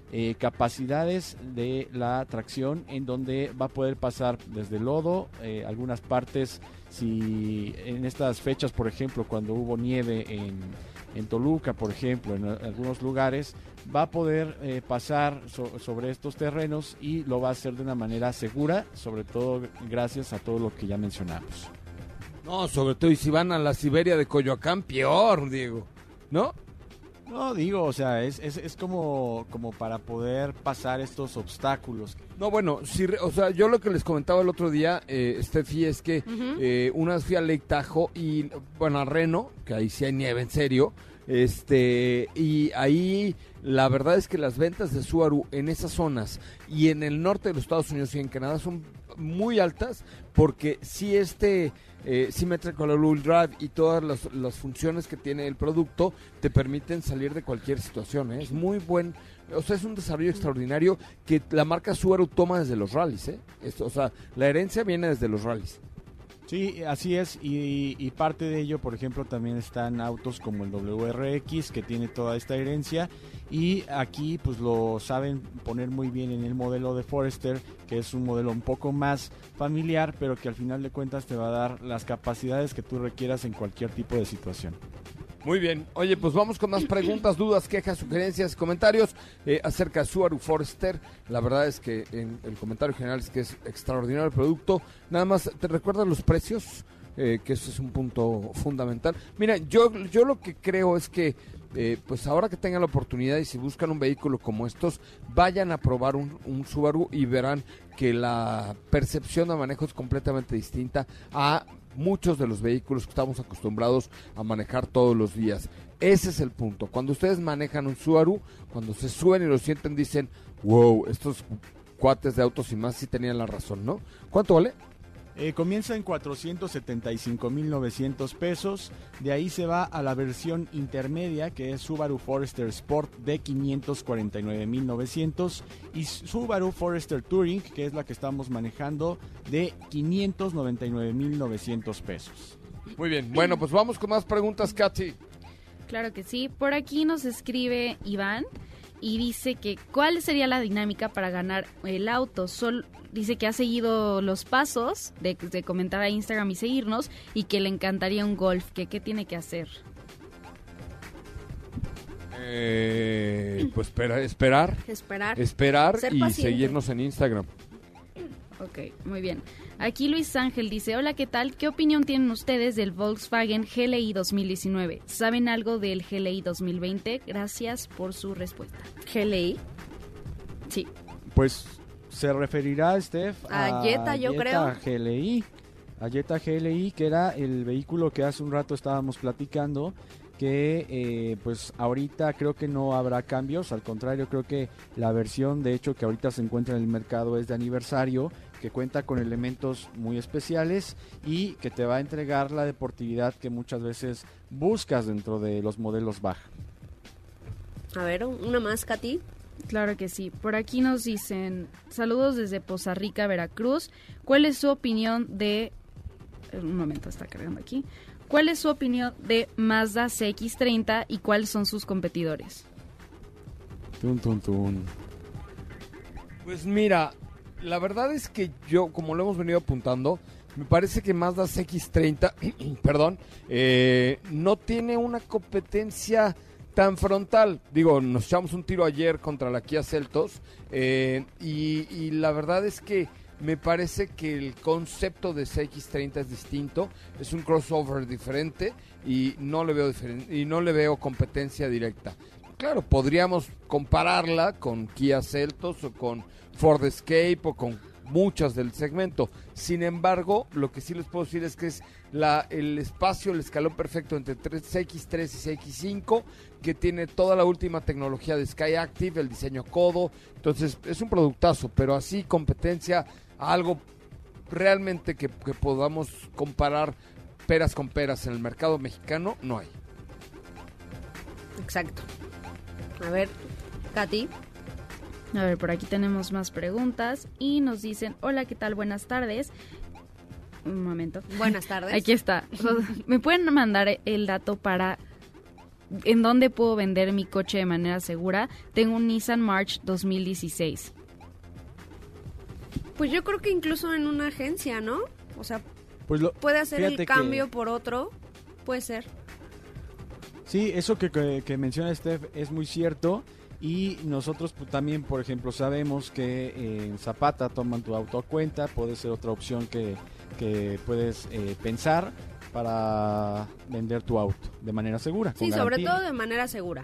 S7: eh, capacidades de la tracción, en donde va a poder pasar desde lodo, eh, algunas partes, si en estas fechas, por ejemplo, cuando hubo nieve en, en Toluca, por ejemplo, en algunos lugares, va a poder eh, pasar so, sobre estos terrenos, y lo va a hacer de una manera segura, sobre todo gracias a todo lo que ya mencionamos.
S4: No, sobre todo, y si van a la Siberia de Coyoacán, peor, Diego, ¿no?
S7: No, digo, o sea, es, es, es como, como para poder pasar estos obstáculos.
S4: No, bueno, si, o sea, yo lo que les comentaba el otro día, eh, Steffi, es que uh-huh. eh, una vez fui a Lake Tahoe y, bueno, a Reno, que ahí sí hay nieve, en serio, este, y ahí la verdad es que las ventas de Subaru en esas zonas y en el norte de los Estados Unidos y en Canadá son muy altas, porque si este eh, Symmetrical All-Wheel Drive y todas las, las funciones que tiene el producto te permiten salir de cualquier situación, ¿eh? Es muy buen, o sea, es un desarrollo extraordinario que la marca Subaru toma desde los rallies, ¿eh? Es, o sea, la herencia viene desde los rallies.
S7: Sí, así es, y, y parte de ello, por ejemplo, también están autos como el W R X, que tiene toda esta herencia, y aquí pues lo saben poner muy bien en el modelo de Forester, que es un modelo un poco más familiar, pero que al final de cuentas te va a dar las capacidades que tú requieras en cualquier tipo de situación.
S4: Muy bien, oye, pues vamos con más preguntas, dudas, quejas, sugerencias, comentarios eh, acerca de Subaru Forester. La verdad es que en el comentario general es que es extraordinario el producto. Nada más, ¿te recuerdas los precios? Eh, que eso es un punto fundamental. Mira, yo, yo lo que creo es que eh, pues ahora que tengan la oportunidad y si buscan un vehículo como estos, vayan a probar un, un Subaru y verán que la percepción de manejo es completamente distinta a muchos de los vehículos que estamos acostumbrados a manejar todos los días. Ese es el punto. Cuando ustedes manejan un Subaru, cuando se suben y lo sienten, dicen, wow, estos cuates de Autos y Más sí tenían la razón, ¿no? ¿Cuánto vale?
S7: Eh, comienza en cuatrocientos setenta y cinco mil novecientos pesos, de ahí se va a la versión intermedia, que es Subaru Forester Sport, de quinientos cuarenta y nueve mil novecientos, y Subaru Forester Touring, que es la que estamos manejando, de quinientos noventa y nueve mil novecientos pesos.
S4: Muy bien, bueno, pues vamos con más preguntas, Katy.
S6: Claro que sí, por aquí nos escribe Iván y dice que ¿cuál sería la dinámica para ganar el auto? Sol, dice que ha seguido los pasos de, de comentar a Instagram y seguirnos, y que le encantaría un Golf, que qué tiene que hacer.
S4: Eh, pues espera, esperar,
S5: esperar,
S4: esperar
S5: Ser
S4: y
S5: paciente.
S4: Seguirnos en Instagram.
S6: Ok, muy bien. Aquí Luis Ángel dice, hola, ¿qué tal? ¿Qué opinión tienen ustedes del Volkswagen G L I dos mil diecinueve? ¿Saben algo del G L I dos mil veinte? Gracias por su respuesta.
S5: ¿G L I?
S6: Sí.
S7: Pues se referirá, Steph,
S5: a, a Jetta, yo
S7: Jetta
S5: creo.
S7: G L I, a Jetta G L I, que era el vehículo que hace un rato estábamos platicando, que eh, pues ahorita creo que no habrá cambios, al contrario, creo que la versión de hecho que ahorita se encuentra en el mercado es de aniversario, que cuenta con elementos muy especiales y que te va a entregar la deportividad que muchas veces buscas dentro de los modelos baja.
S5: A ver, una más, Katy.
S6: Claro que sí. Por aquí nos dicen, saludos desde Poza Rica, Veracruz. ¿Cuál es su opinión de... Un momento, está cargando aquí. ¿Cuál es su opinión de Mazda C X treinta y cuáles son sus competidores?
S7: Tun, tun, tun.
S4: Pues mira, la verdad es que yo, como lo hemos venido apuntando, me parece que Mazda C X treinta, perdón, eh, no tiene una competencia tan frontal. Digo, nos echamos un tiro ayer contra la Kia Seltos eh, y, y la verdad es que me parece que el concepto de C X treinta es distinto, es un crossover diferente y no le veo diferen- y no le veo competencia directa. Claro, podríamos compararla con Kia Seltos o con Ford Escape o con muchas del segmento. Sin embargo, lo que sí les puedo decir es que es la, el espacio, el escalón perfecto entre C X tres y C X cinco, que tiene toda la última tecnología de Skyactiv, el diseño codo. Entonces, es un productazo, pero así competencia, algo realmente que, que podamos comparar peras con peras en el mercado mexicano, no hay.
S5: Exacto. A ver, Katy.
S6: A ver, por aquí tenemos más preguntas y nos dicen, hola, ¿qué tal? Buenas tardes. Un momento.
S5: Buenas tardes.
S6: Aquí está. ¿Me pueden mandar el dato para ¿en dónde puedo vender mi coche de manera segura? Tengo un Nissan March dos mil dieciséis.
S5: Pues yo creo que incluso en una agencia, ¿no? O sea,
S7: Pues lo,
S5: puede hacer el
S7: fíjate
S5: cambio
S7: que-
S5: por otro, puede ser.
S7: Sí, eso que, que, que menciona Steph es muy cierto. Y nosotros pues, también, por ejemplo, sabemos que eh, en Zapata toman tu auto a cuenta. Puede ser otra opción que, que puedes eh, pensar para vender tu auto de manera segura.
S5: Sí,
S7: con
S5: sobre
S7: garantía.
S5: todo de manera segura.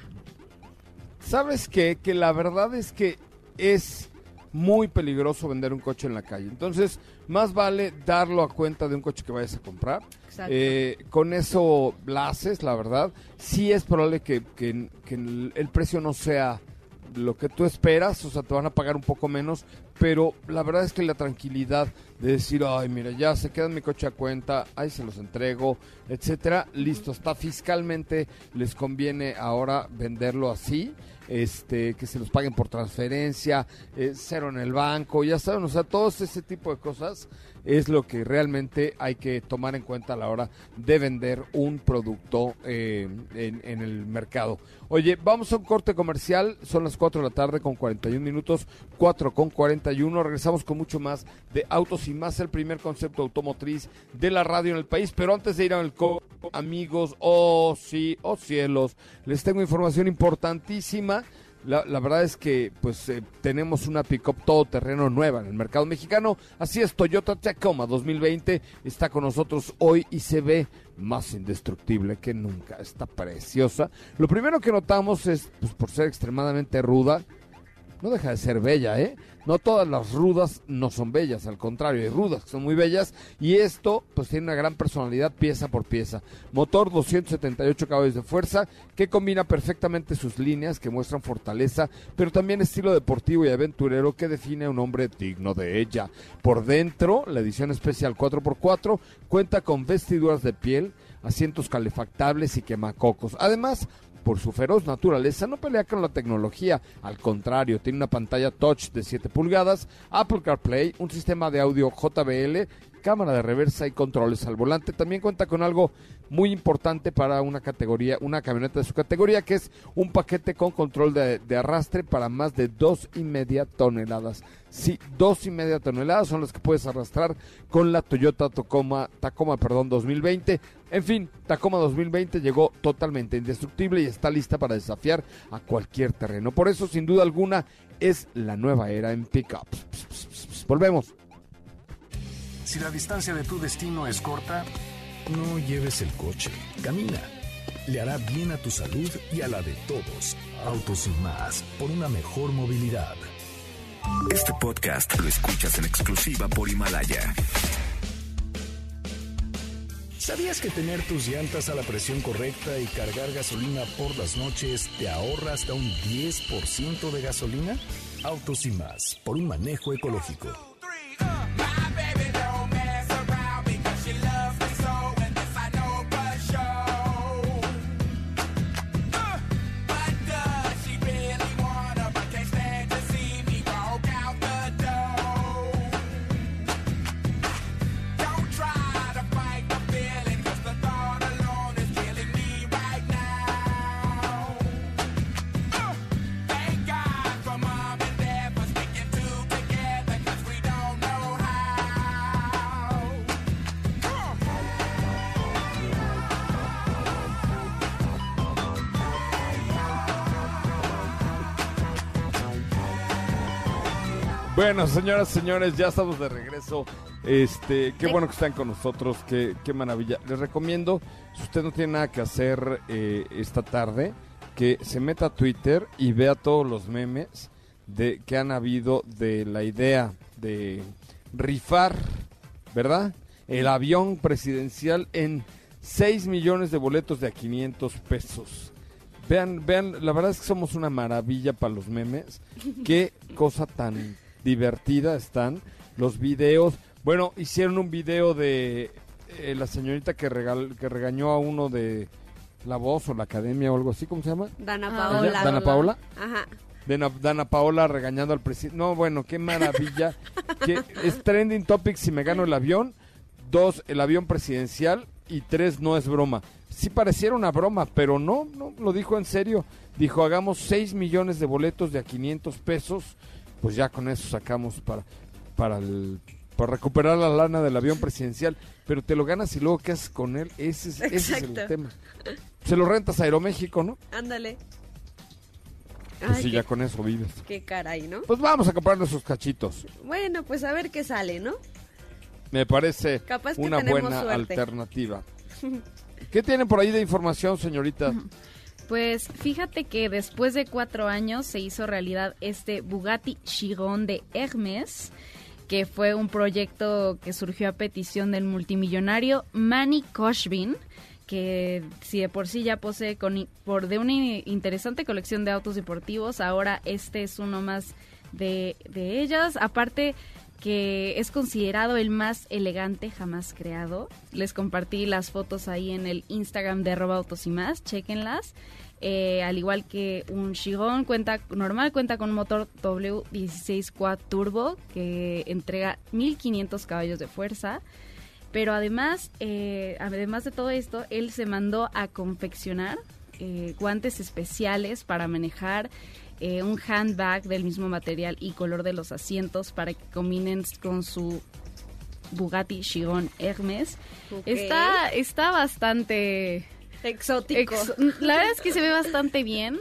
S4: ¿Sabes qué? Que la verdad es que es muy peligroso vender un coche en la calle. Entonces, más vale darlo a cuenta de un coche que vayas a comprar.
S5: Exacto.
S4: Eh, con eso la haces, la verdad. Sí es probable que, que, que el, el precio no sea lo que tú esperas, o sea, te van a pagar un poco menos, pero la verdad es que la tranquilidad de decir, ay, mira, ya se queda mi coche a cuenta, ahí se los entrego, etcétera, listo, está fiscalmente, les conviene ahora venderlo así, este, que se los paguen por transferencia, eh, cero en el banco, ya saben, o sea, todo ese tipo de cosas es lo que realmente hay que tomar en cuenta a la hora de vender un producto eh, en, en el mercado. Oye, vamos a un corte comercial, son las cuatro de la tarde con cuarenta y un minutos, cuatro con cuarenta y uno, regresamos con mucho más de Autos y Más, el primer concepto automotriz de la radio en el país, pero antes de ir al co amigos, oh sí, oh cielos, les tengo información importantísima. La, la verdad es que pues eh, tenemos una pick-up todoterreno nueva en el mercado mexicano. Así es, Toyota Tacoma dos mil veinte está con nosotros hoy y se ve más indestructible que nunca. Está preciosa. Lo primero que notamos es, pues por ser extremadamente ruda, no deja de ser bella, ¿eh? No todas las rudas no son bellas, al contrario, hay rudas que son muy bellas y esto pues tiene una gran personalidad pieza por pieza. Motor doscientos setenta y ocho caballos de fuerza que combina perfectamente sus líneas que muestran fortaleza, pero también estilo deportivo y aventurero que define a un hombre digno de ella. Por dentro, la edición especial cuatro por cuatro cuenta con vestiduras de piel, asientos calefactables y quemacocos. Además, por su feroz naturaleza, no pelea con la tecnología, al contrario, tiene una pantalla touch de siete pulgadas, Apple CarPlay, un sistema de audio J B L, cámara de reversa y controles al volante. También cuenta con algo muy importante para una categoría, una camioneta de su categoría, que es un paquete con control de, de arrastre para más de dos y media toneladas. Sí, dos y media toneladas son las que puedes arrastrar con la Toyota Tacoma, Tacoma, perdón, dos mil veinte. En fin, Tacoma dos mil veinte llegó totalmente indestructible y está lista para desafiar a cualquier terreno. Por eso, sin duda alguna, es la nueva era en pickups. Volvemos.
S3: Si la distancia de tu destino es corta, no lleves el coche, camina. Le hará bien a tu salud y a la de todos. Autos y Más, por una mejor movilidad.
S2: Este podcast lo escuchas en exclusiva por Himalaya.
S3: ¿Sabías que tener tus llantas a la presión correcta y cargar gasolina por las noches te ahorra hasta un diez por ciento de gasolina? Autos y Más, por un manejo ecológico.
S4: Bueno, señoras y señores, ya estamos de regreso. Este, qué bueno que están con nosotros, qué, qué maravilla. Les recomiendo, si usted no tiene nada que hacer eh, esta tarde, que se meta a Twitter y vea todos los memes de que han habido de la idea de rifar, ¿verdad? El avión presidencial en seis millones de boletos de a quinientos pesos. Vean, vean, la verdad es que somos una maravilla para los memes. Qué cosa tan divertida están los videos. Bueno, hicieron un video de eh, la señorita que, regal, que regañó a uno de La Voz o la Academia o algo así, ¿cómo se llama?
S5: Dana
S6: Ah,
S5: Paola.
S4: ¿Ella? ¿Dana Paola?
S5: Ajá.
S4: Dana, Dana Paola regañando al presidente. No, bueno, qué maravilla. Que es trending topic si me gano el avión. Dos, el avión presidencial. Y tres, no es broma. sí pareciera una broma, pero no, no, lo dijo en serio. Dijo, hagamos seis millones de boletos de a quinientos pesos, pues ya con eso sacamos para, para, el, para recuperar la lana del avión presidencial, pero te lo ganas y luego ¿qué haces con él? Ese es, ese es el tema. Se lo rentas a Aeroméxico, ¿no?
S5: Ándale.
S4: Pues
S5: Ay,
S4: sí,
S5: qué,
S4: ya con eso vives.
S5: qué caray, ¿no?
S4: Pues vamos a comprar esos cachitos.
S5: Bueno, pues a ver qué sale, ¿no?
S4: Me parece
S5: Capaz que
S4: una
S5: tenemos
S4: buena
S5: suerte.
S4: alternativa. ¿Qué tienen por ahí de información, señorita?
S6: Pues fíjate que después de cuatro años se hizo realidad este Bugatti Chiron de Hermès, que fue un proyecto que surgió a petición del multimillonario Manny Khoshbin, que si de por sí ya posee con, por de una interesante colección de autos deportivos, ahora este es uno más de, de ellas. Aparte que es considerado el más elegante jamás creado. Les compartí las fotos ahí en el Instagram de arroba autos y más, chéquenlas. Eh, al igual que un Chiron cuenta normal, cuenta con un motor W dieciséis Quad Turbo que entrega mil quinientos caballos de fuerza. Pero además, eh, además de todo esto, él se mandó a confeccionar eh, guantes especiales para manejar, eh, un handbag del mismo material y color de los asientos para que combinen con su Bugatti Chiron Hermès.
S5: Okay.
S6: Está, está bastante
S5: exótico.
S6: Ex- la verdad es que se ve bastante bien,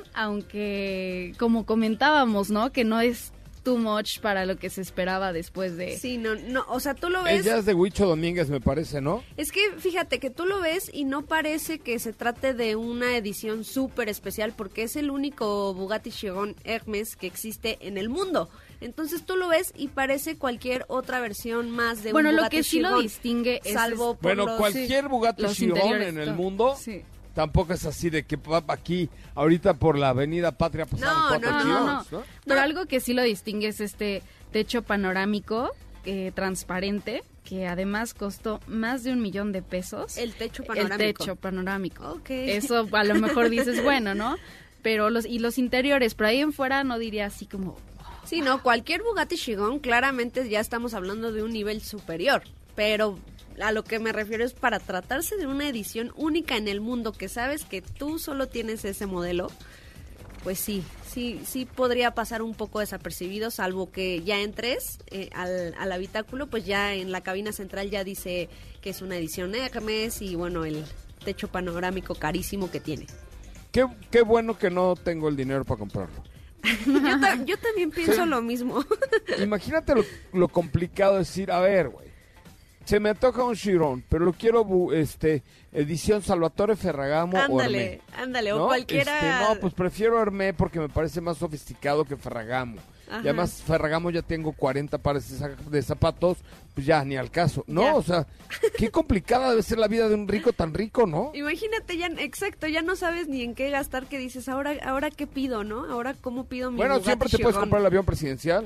S6: aunque como comentábamos, ¿no? Que no es too much para lo que se esperaba después de...
S5: Sí, no, no, o sea, tú lo ves...
S4: Ella es de Huicho Domínguez, me parece, ¿no?
S5: Es que fíjate que tú lo ves y no parece que se trate de una edición súper especial porque es el único Bugatti Chiron Hermès que existe en el mundo. Entonces tú lo ves y parece cualquier otra versión más de
S6: bueno,
S5: un
S6: lo
S5: Bugatti
S6: que sí
S5: Chiron,
S6: lo distingue es...
S5: salvo por
S4: Bueno,
S5: los...
S4: cualquier Bugatti
S6: los
S4: Chiron
S6: interiores,
S4: en el
S6: todo.
S4: mundo...
S6: Sí.
S4: Tampoco es así de que va aquí, ahorita por la avenida Patria pasaron
S5: No,
S4: cuatro
S5: no, no,
S4: Chirons,
S6: no.
S4: ¿no?
S6: Pero
S5: No.
S6: algo que sí lo distingue es este techo panorámico eh, transparente, que además costó más de un millón de pesos.
S5: El techo panorámico.
S6: El techo panorámico.
S5: Ok.
S6: Eso a lo mejor dices, bueno, ¿no? Pero los y los interiores, por ahí en fuera no diría así como...
S5: Sí, no, cualquier Bugatti Chiron claramente ya estamos hablando de un nivel superior, pero a lo que me refiero es para tratarse de una edición única en el mundo que sabes que tú solo tienes ese modelo, pues sí, sí, sí podría pasar un poco desapercibido, salvo que ya entres eh, al, al habitáculo, pues ya en la cabina central ya dice que es una edición Hermès y bueno, el techo panorámico carísimo que tiene.
S4: Qué, qué bueno que no tengo el dinero para comprarlo.
S5: Yo, ta- yo también pienso lo mismo.
S4: Imagínate lo, lo complicado de decir, a ver, güey, se me toca un Chiron, pero lo quiero, bu- este, edición Salvatore Ferragamo o
S5: Ándale,
S4: Hermé.
S5: ándale,
S4: ¿No?
S5: o cualquiera...
S4: Este, no, pues prefiero Hermé porque me parece más sofisticado que Ferragamo.
S5: Ajá.
S4: Y además Ferragamo ya tengo cuarenta pares de, za- de zapatos, pues ya ni al caso. No,
S5: Ya.
S4: o sea, qué complicada debe ser la vida de un rico tan rico, ¿no?
S5: Imagínate, ya, exacto, ya no sabes ni en qué gastar, que dices, ahora ahora qué pido, ¿no? Ahora cómo pido mi
S4: Bueno,
S5: Bugatti
S4: siempre te puedes
S5: Chiron?
S4: comprar el avión presidencial.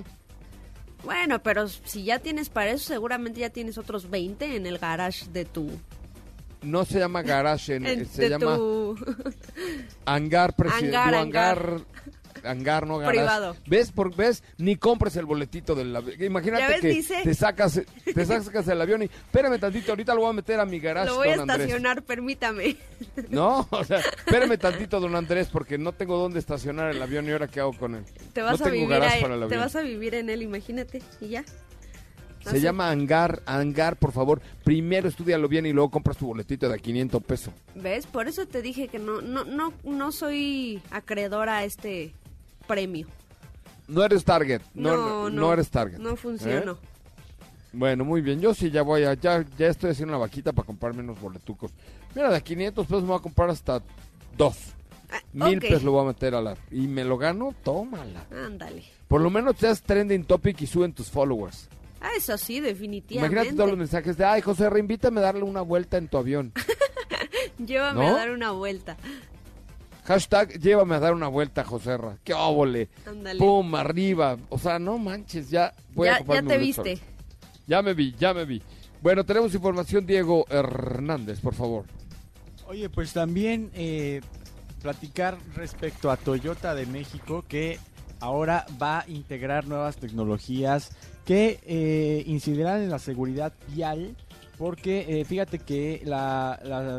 S5: Bueno, pero si ya tienes para eso, seguramente ya tienes otros veinte en el garage de tu...
S4: No se llama garage, en-
S5: en-
S4: se
S5: de
S4: llama
S5: tu...
S4: hangar presidencial.
S5: Hangar,
S4: hangar, hangar, no garage.
S5: Privado.
S4: ¿Ves? Por, ¿Ves? Ni compres el boletito del avión. Imagínate
S5: ¿Ya ves?
S4: que
S5: Dice.
S4: te sacas te sacas el avión y espérame tantito, ahorita lo voy a meter a mi garage,
S5: Lo voy a
S4: don Andrés.
S5: estacionar, permítame.
S4: No, o sea, espérame tantito, don Andrés, porque no tengo dónde estacionar el avión y ahora qué hago con él.
S5: Te vas,
S4: no
S5: a
S4: tengo
S5: vivir
S4: garage
S5: ahí-
S4: para el
S5: te
S4: avión.
S5: vas a vivir en él, imagínate, y ya.
S4: Se
S5: Así.
S4: llama hangar, hangar, por favor. Primero estudialo bien y luego compras tu boletito de quinientos pesos.
S5: ¿Ves? Por eso te dije que no no no no soy acreedora a este premio.
S4: No eres target, no,
S5: No,
S4: no,
S5: no,
S4: eres target.
S5: No funcionó.
S4: ¿Eh? Bueno, muy bien. Yo sí ya voy a, ya, ya estoy haciendo una vaquita para comprarme unos boletucos. Mira, de quinientos pesos me voy a comprar hasta dos.
S5: Ah,
S4: Mil
S5: ok.
S4: pesos lo voy a meter a la... Y me lo gano, tómala.
S5: Ándale.
S4: Por lo menos te das trending topic y suben tus followers.
S5: Ah, eso sí, definitivamente.
S4: Imagínate todos los mensajes de, ay, José, reinvítame a darle una vuelta en tu avión.
S5: Llévame
S4: ¿No?
S5: a dar una vuelta.
S4: Hashtag, llévame a dar una vuelta, Joserra. ¡Qué óvole!
S5: Ándale.
S4: ¡Pum! Arriba. O sea, no manches, ya voy a
S5: Ya,
S4: comprarme
S5: ya te
S4: un boleto.
S5: viste.
S4: Ya me vi, ya me vi. Bueno, tenemos información, Diego Hernández, por favor.
S7: Oye, pues también eh, platicar respecto a Toyota de México, que ahora va a integrar nuevas tecnologías que eh, incidirán en la seguridad vial, porque eh, fíjate que la, la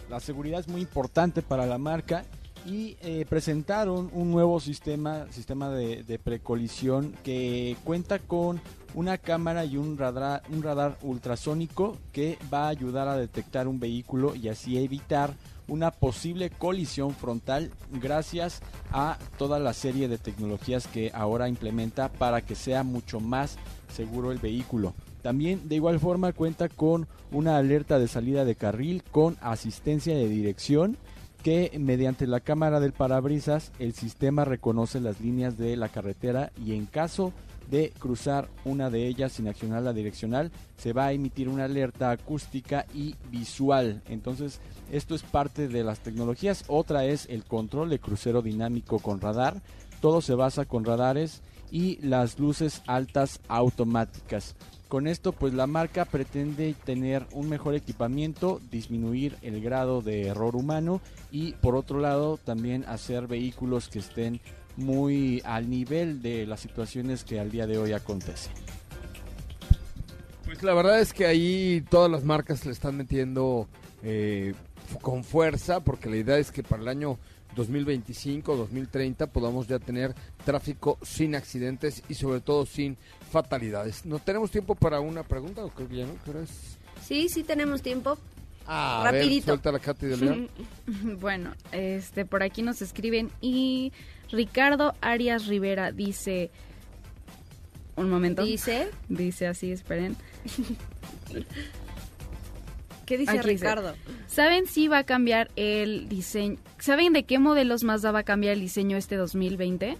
S7: la seguridad es muy importante para la marca y eh, presentaron un nuevo sistema, sistema de, de precolisión que cuenta con una cámara y un radar, un radar ultrasónico que va a ayudar a detectar un vehículo y así evitar una posible colisión frontal gracias a toda la serie de tecnologías que ahora implementa para que sea mucho más seguro el vehículo. También de igual forma cuenta con una alerta de salida de carril con asistencia de dirección que mediante la cámara del parabrisas el sistema reconoce las líneas de la carretera y en caso de cruzar una de ellas sin accionar la direccional se va a emitir una alerta acústica y visual. Entonces esto es parte de las tecnologías. Otra es el control de crucero dinámico con radar. Todo se basa con radares y las luces altas automáticas. Con esto pues la marca pretende tener un mejor equipamiento, disminuir el grado de error humano y por otro lado también hacer vehículos que estén muy al nivel de las situaciones que al día de hoy acontecen.
S4: Pues la verdad es que ahí todas las marcas le están metiendo eh, con fuerza, porque la idea es que para el año dos mil veinticinco, dos mil treinta podamos ya tener tráfico sin accidentes y sobre todo sin fatalidades. ¿No tenemos tiempo para una pregunta o creo que ya no? ¿Qué hora es?
S5: Sí, sí tenemos tiempo.
S4: Ah,
S5: Rapidito.
S4: A ver, suelta la Katy de León.
S6: Bueno, este por aquí nos escriben y Ricardo Arias Rivera dice, un momento.
S5: Dice,
S6: Dice así, esperen.
S5: ¿qué dice
S6: Aquí dice,
S5: Ricardo?
S6: ¿saben si va a cambiar el diseño? ¿Saben de qué modelos Mazda va a cambiar el diseño este dos mil veinte?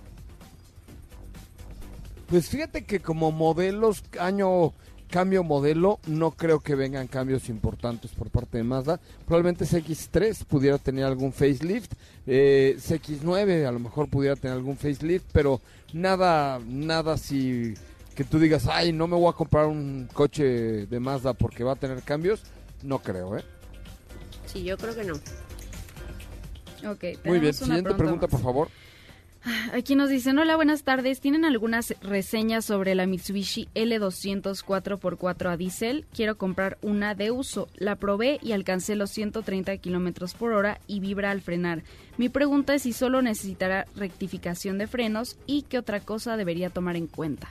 S4: Pues fíjate que como modelos, año cambio modelo, no creo que vengan cambios importantes por parte de Mazda. Probablemente C X tres pudiera tener algún facelift, eh, C X nueve a lo mejor pudiera tener algún facelift, pero nada, nada así que tú digas, ay, no me voy a comprar un coche de Mazda porque va a tener cambios, no creo, ¿eh?
S5: Sí, yo creo que no.
S6: Ok,
S4: Muy bien,
S6: tenemos una
S4: siguiente pregunta,
S6: más.
S4: por favor.
S6: Aquí nos dicen, hola, buenas tardes. ¿Tienen algunas reseñas sobre la Mitsubishi L doscientos cuatro por cuatro a diésel? Quiero comprar una de uso. La probé y alcancé los ciento treinta kilómetros por hora y vibra al frenar. Mi pregunta es si solo necesitará rectificación de frenos y qué otra cosa debería tomar en cuenta.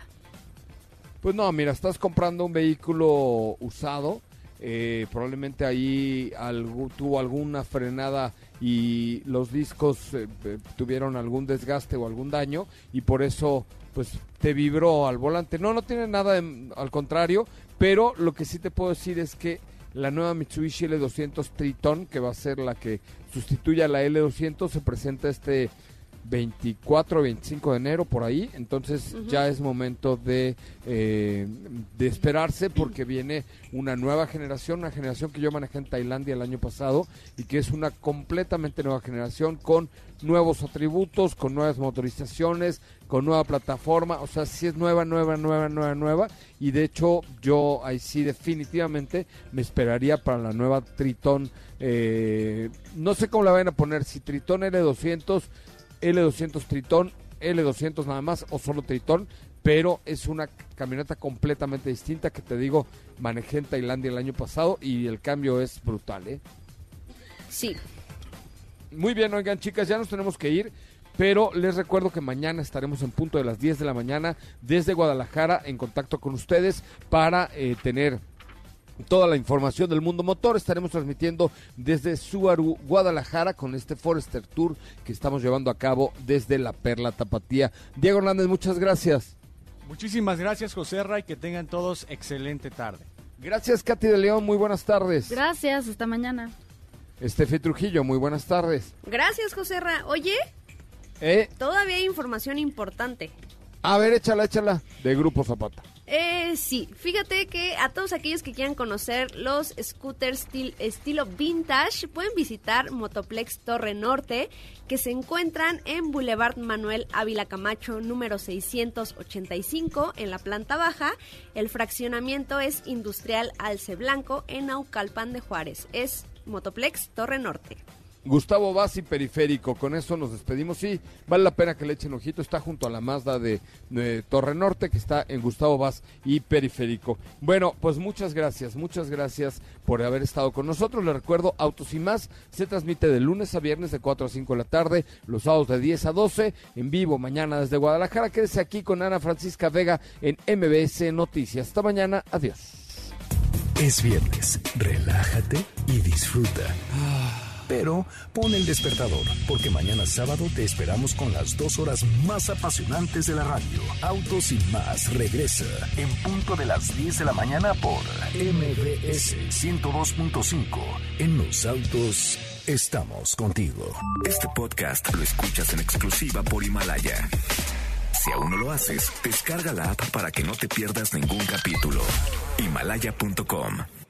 S4: Pues no, mira, estás comprando un vehículo usado, eh, probablemente ahí algo, tuvo alguna frenada y los discos eh, eh, tuvieron algún desgaste o algún daño y por eso pues te vibró al volante. No, no tiene nada de, al contrario, pero lo que sí te puedo decir es que la nueva Mitsubishi L doscientos Triton, que va a ser la que sustituya a la L doscientos, se presenta este veinticuatro, veinticinco de enero por ahí, entonces uh-huh. ya es momento de, eh, de esperarse porque viene una nueva generación, una generación que yo manejé en Tailandia el año pasado y que es una completamente nueva generación con nuevos atributos, con nuevas motorizaciones, con nueva plataforma, o sea, sí es nueva, nueva, nueva, nueva, nueva y de hecho yo ahí sí definitivamente me esperaría para la nueva Triton, eh, no sé cómo la van a poner, si Triton L doscientos, L doscientos Triton, L doscientos nada más o solo Triton, pero es una camioneta completamente distinta que te digo, manejé en Tailandia el año pasado y el cambio es brutal, ¿eh?
S5: Sí.
S4: Muy bien, oigan chicas, ya nos tenemos que ir, pero les recuerdo que mañana estaremos en punto de las diez de la mañana desde Guadalajara en contacto con ustedes para eh, tener toda la información del mundo motor. Estaremos transmitiendo desde Subaru Guadalajara con este Forester Tour que estamos llevando a cabo desde la Perla Tapatía. Diego Hernández, muchas gracias.
S7: Muchísimas gracias, José Ra, y que tengan todos excelente tarde.
S4: Gracias, Katy de León, muy buenas tardes.
S6: Gracias, hasta mañana.
S4: Estefi Trujillo, muy buenas tardes.
S5: Gracias, José Ra. Oye,
S4: ¿Eh?
S5: todavía hay información importante.
S4: A ver, échala, échala, de Grupo Zapata.
S5: Eh, sí, fíjate que a todos aquellos que quieran conocer los scooters estil, estilo vintage, pueden visitar Motoplex Torre Norte, que se encuentran en Boulevard Manuel Ávila Camacho, número seiscientos ochenta y cinco, en la planta baja. El fraccionamiento es Industrial Alce Blanco, en Naucalpan de Juárez. Es Motoplex Torre Norte.
S4: Gustavo Vaz y Periférico, con eso nos despedimos. Sí, vale la pena que le echen ojito, está junto a la Mazda de, de Torre Norte, que está en Gustavo Vaz y Periférico. Bueno, pues muchas gracias, muchas gracias por haber estado con nosotros. Les recuerdo, Autos y Más se transmite de lunes a viernes de cuatro a cinco de la tarde, los sábados de diez a doce, en vivo mañana desde Guadalajara. Quédese aquí con Ana Francisca Vega en M B S Noticias. Hasta mañana, adiós.
S3: Es viernes, relájate y disfruta. Pero pon el despertador, porque mañana sábado te esperamos con las dos horas más apasionantes de la radio. Autos y Más regresa en punto de las diez de la mañana por M B S ciento dos punto cinco. En los autos estamos contigo.
S2: Este podcast lo escuchas en exclusiva por Himalaya. Si aún no lo haces, descarga la app para que no te pierdas ningún capítulo. Himalaya punto com